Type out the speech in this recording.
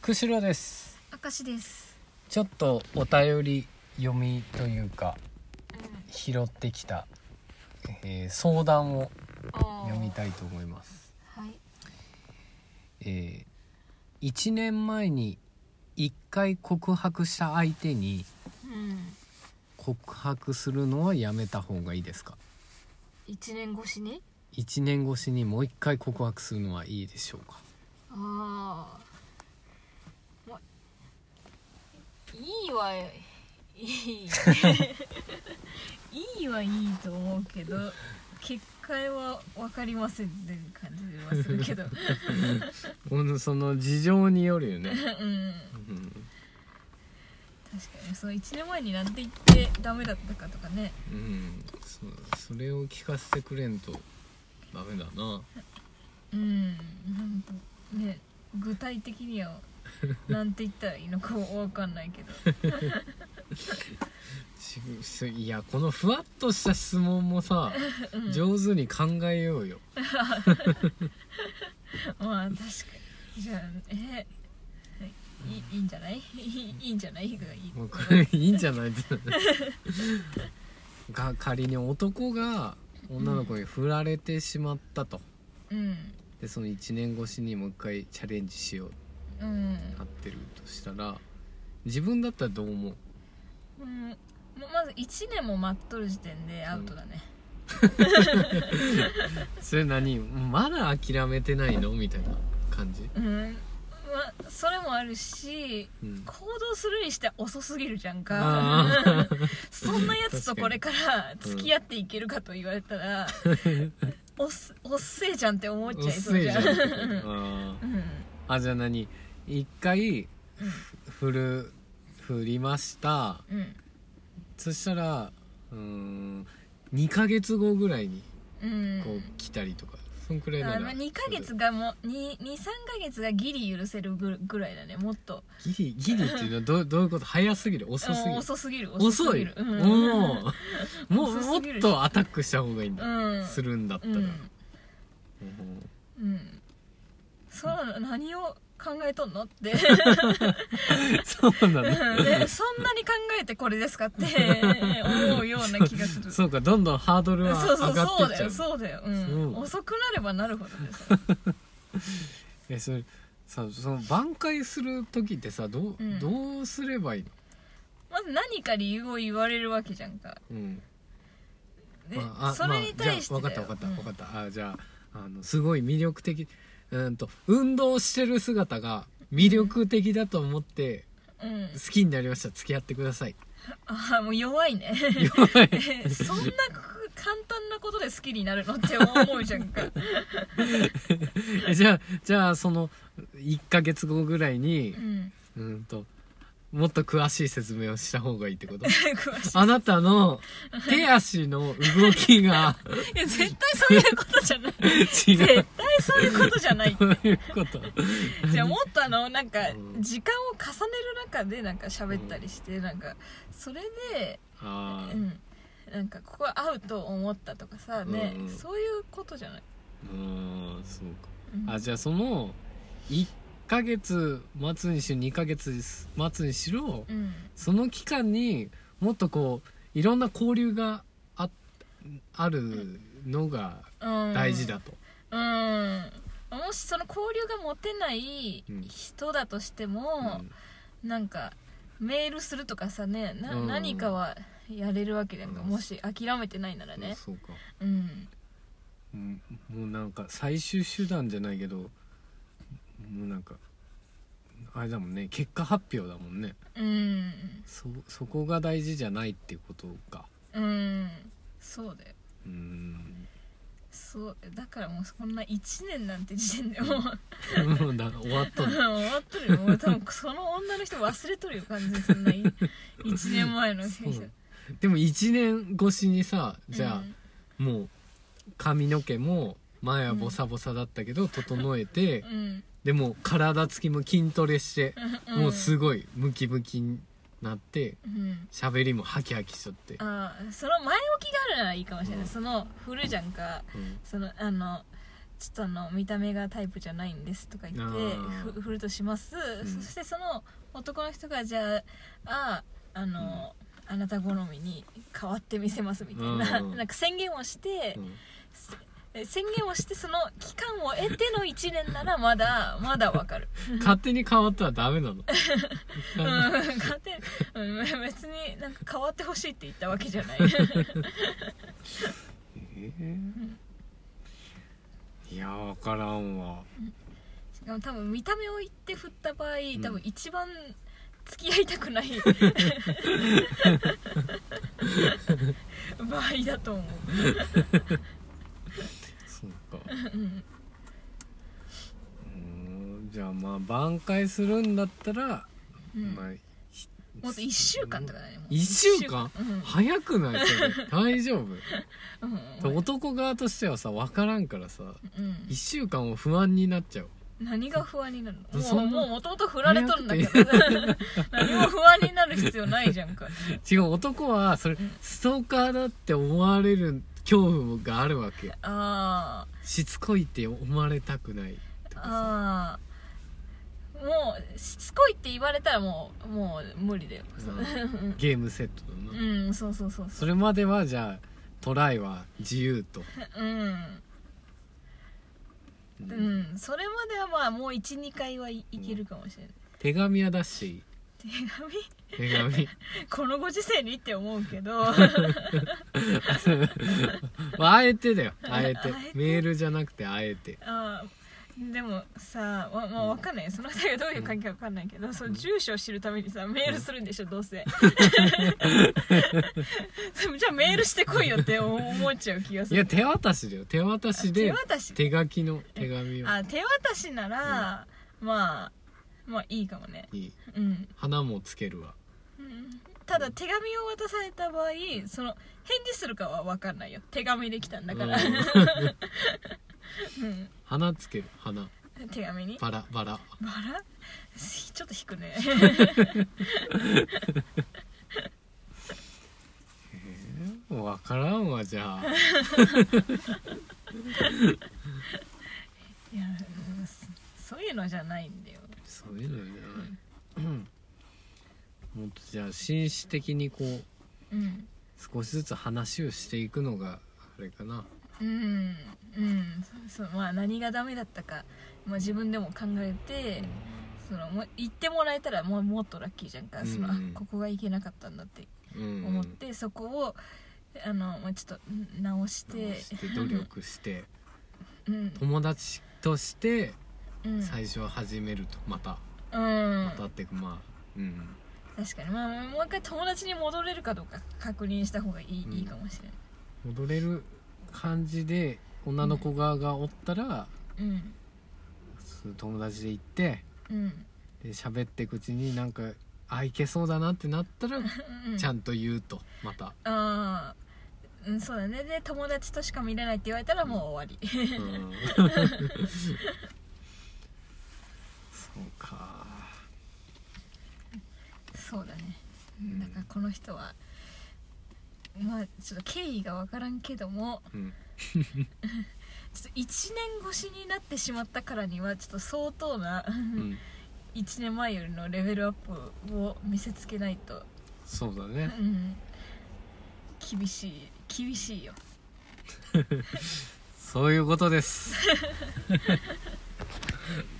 釧路です。 明石です。 ちょっとお便り読みというか、拾ってきた、相談を読みたいと思います。 はい。 1年前に1回告白した相手に告白するのはやめた方がいいですか ？1年越しに ？1年越しにもう1回告白するのはいいでしょうか？ いいはいいいいはいいと思うけど、結果は分かりませんっていう感じはするけどその事情によるよね確かにその1年前になんて言ってダメだったかとかね、 それを聞かせてくれんとダメだな。 なんかね、具体的にはなんて言ったらいいのか分かんないけどいや、このふわっとした質問もさ、上手に考えようよまあ確かに。じゃあいいんじゃないいいんじゃないがいいいいんじゃないが仮に男が女の子に振られてしまったと、でその1年越しにもう一回チャレンジしようなってるとしたら、自分だったらどう思う？ まず1年も待っとる時点でアウトだね、 それ何まだ諦めてないのみたいな感じ？ それもあるし、行動するにして遅すぎるじゃんかそんなやつとこれから付き合っていけるかと言われたら、おっせえじゃんって思っちゃいそうじゃんじゃあ何一回振りました、そしたら2ヶ月後ぐらいにこう来たりとか、そんくらいなら 2ヶ月がもう 2,3 ヶ月がギリ許せるぐらいだね。もっとギリっていうのはどういうこと？早すぎる？遅すぎる？ 遅すぎる。 遅い、もっとアタックした方がいいんだ、するんだったら、 そう何を考えとんのってそうなの、 そんなに考えてこれですかって思うような気がするそうか、どんどんハードルは上がっていっちゃう。 そうだよ、遅くなればなるほどですそれさ、その挽回する時ってさ、どうすればいいの？ まず何か理由を言われるわけじゃんか、でそれに対してだよ。 分かったじゃあすごい魅力的、運動してる姿が魅力的だと思って好きになりました、付き合ってください。 もう弱いね弱いそんな簡単なことで好きになるのって思うじゃんかじゃあその1ヶ月後ぐらいに、もっと詳しい説明をした方がいいってことあなたの手足の動きがいや絶対そういうことじゃない絶対そういうことじゃないそういうことじゃあもっとなんか時間を重ねる中でなんか喋ったりして、なんかそれでなんかここは合うと思ったとかさね、そういうことじゃない。 そうか、じゃあその1ヶ月待つにしろ2ヶ月待つにしろ、その期間にもっとこういろんな交流があるのが大事だと、 もしその交流が持てない人だとしても、なんかメールするとかさね、何かはやれるわけだから、もし諦めてないならね。 そうか、もうなんか最終手段じゃないけど、もうなんかあれだもんね、結果発表だもんね。そこが大事じゃないっていうことか。 そうだよ。そうだからもうそんな1年なんて時点でもう終わっとる終わっとるよ。もう多分その女の人忘れとるよ完全に。そんな1年前の人でも1年越しにさ、じゃあ、もう髪の毛も前はボサボサだったけど整えて、でも体つきも筋トレして、もうすごいムキムキになって喋、りもハキハキしとって、 その前置きがあるならいいかもしれない。その振るじゃんか、そのちょっと見た目がタイプじゃないんですとか言って振るとします、そしてその男の人がじゃああなた好みに変わってみせますみたいな、なんか宣言をして、その期間を得ての1年ならまだわかる。 勝手に変わったらダメなの勝手に、別になんか変わってほしいって言ったわけじゃないいや分からんわ。 しかも多分見た目を言って振った場合、多分一番付き合いたくない場合だと思うそうかじゃあまあ挽回するんだったら、まあもっと1週間とかだね。 1週間、早くないそれ大丈夫男側としてはさ分からんからさ、1週間を不安になっちゃう。 何が不安になるの？もう元々振られとるんだけど何も不安になる必要ないじゃんか。 違う、男はそれストーカーだって思われる恐怖があるわけ。しつこいって思われたくないとかさ。 もうしつこいって言われたらもう無理だよ、 ゲームセットだな。 そうそれまではじゃあトライは自由と。 それまではまあもう 1,2 回はいけるかもしれない。 手紙は出していい？手紙このご時世にって思うけどあえてだよ、あえてメールじゃなくてあえて。 でもさ、分かんない、その2人がどういう関係か分かんないけど、その住所を知るためにさメールするんでしょ、どうせじゃあメールしてこいよって思っちゃう気がする。 いや手渡しだよ、手渡しで手書きの手紙を。 手渡しなら、まあいいかもね。いい、 花もつけるわ。 ただ手紙を渡された場合、その返事するかは分かんないよ、手紙できたんだから花つける、花手紙にバラちょっと引くねもう分からんわじゃあいや、そういうのじゃないんだよ。 そういうのじゃないもっとじゃあ紳士的にこう、少しずつ話をしていくのがあれかな。 まあ何がダメだったか、自分でも考えて、もう言ってもらえたらもっとラッキーじゃんか。ここがいけなかったんだって思って、そこをちょっと直して努力して、友達として最初は始めると、またっていく。 確かに、もう一回友達に戻れるかどうか確認した方がいいかもしれない。 戻れる感じで女の子側がおったら、友達で行って、で喋っていくうちになんかいけそうだなってなったら、ちゃんと言うと、またそうだね。で友達としか見れないって言われたらもう終わりそうか。 そうだね。だからこの人はちょっと経緯が分からんけども、ちょっと1年越しになってしまったからにはちょっと相当な、1年前よりのレベルアップを見せつけないと。 そうだね、 厳しいよそういうことです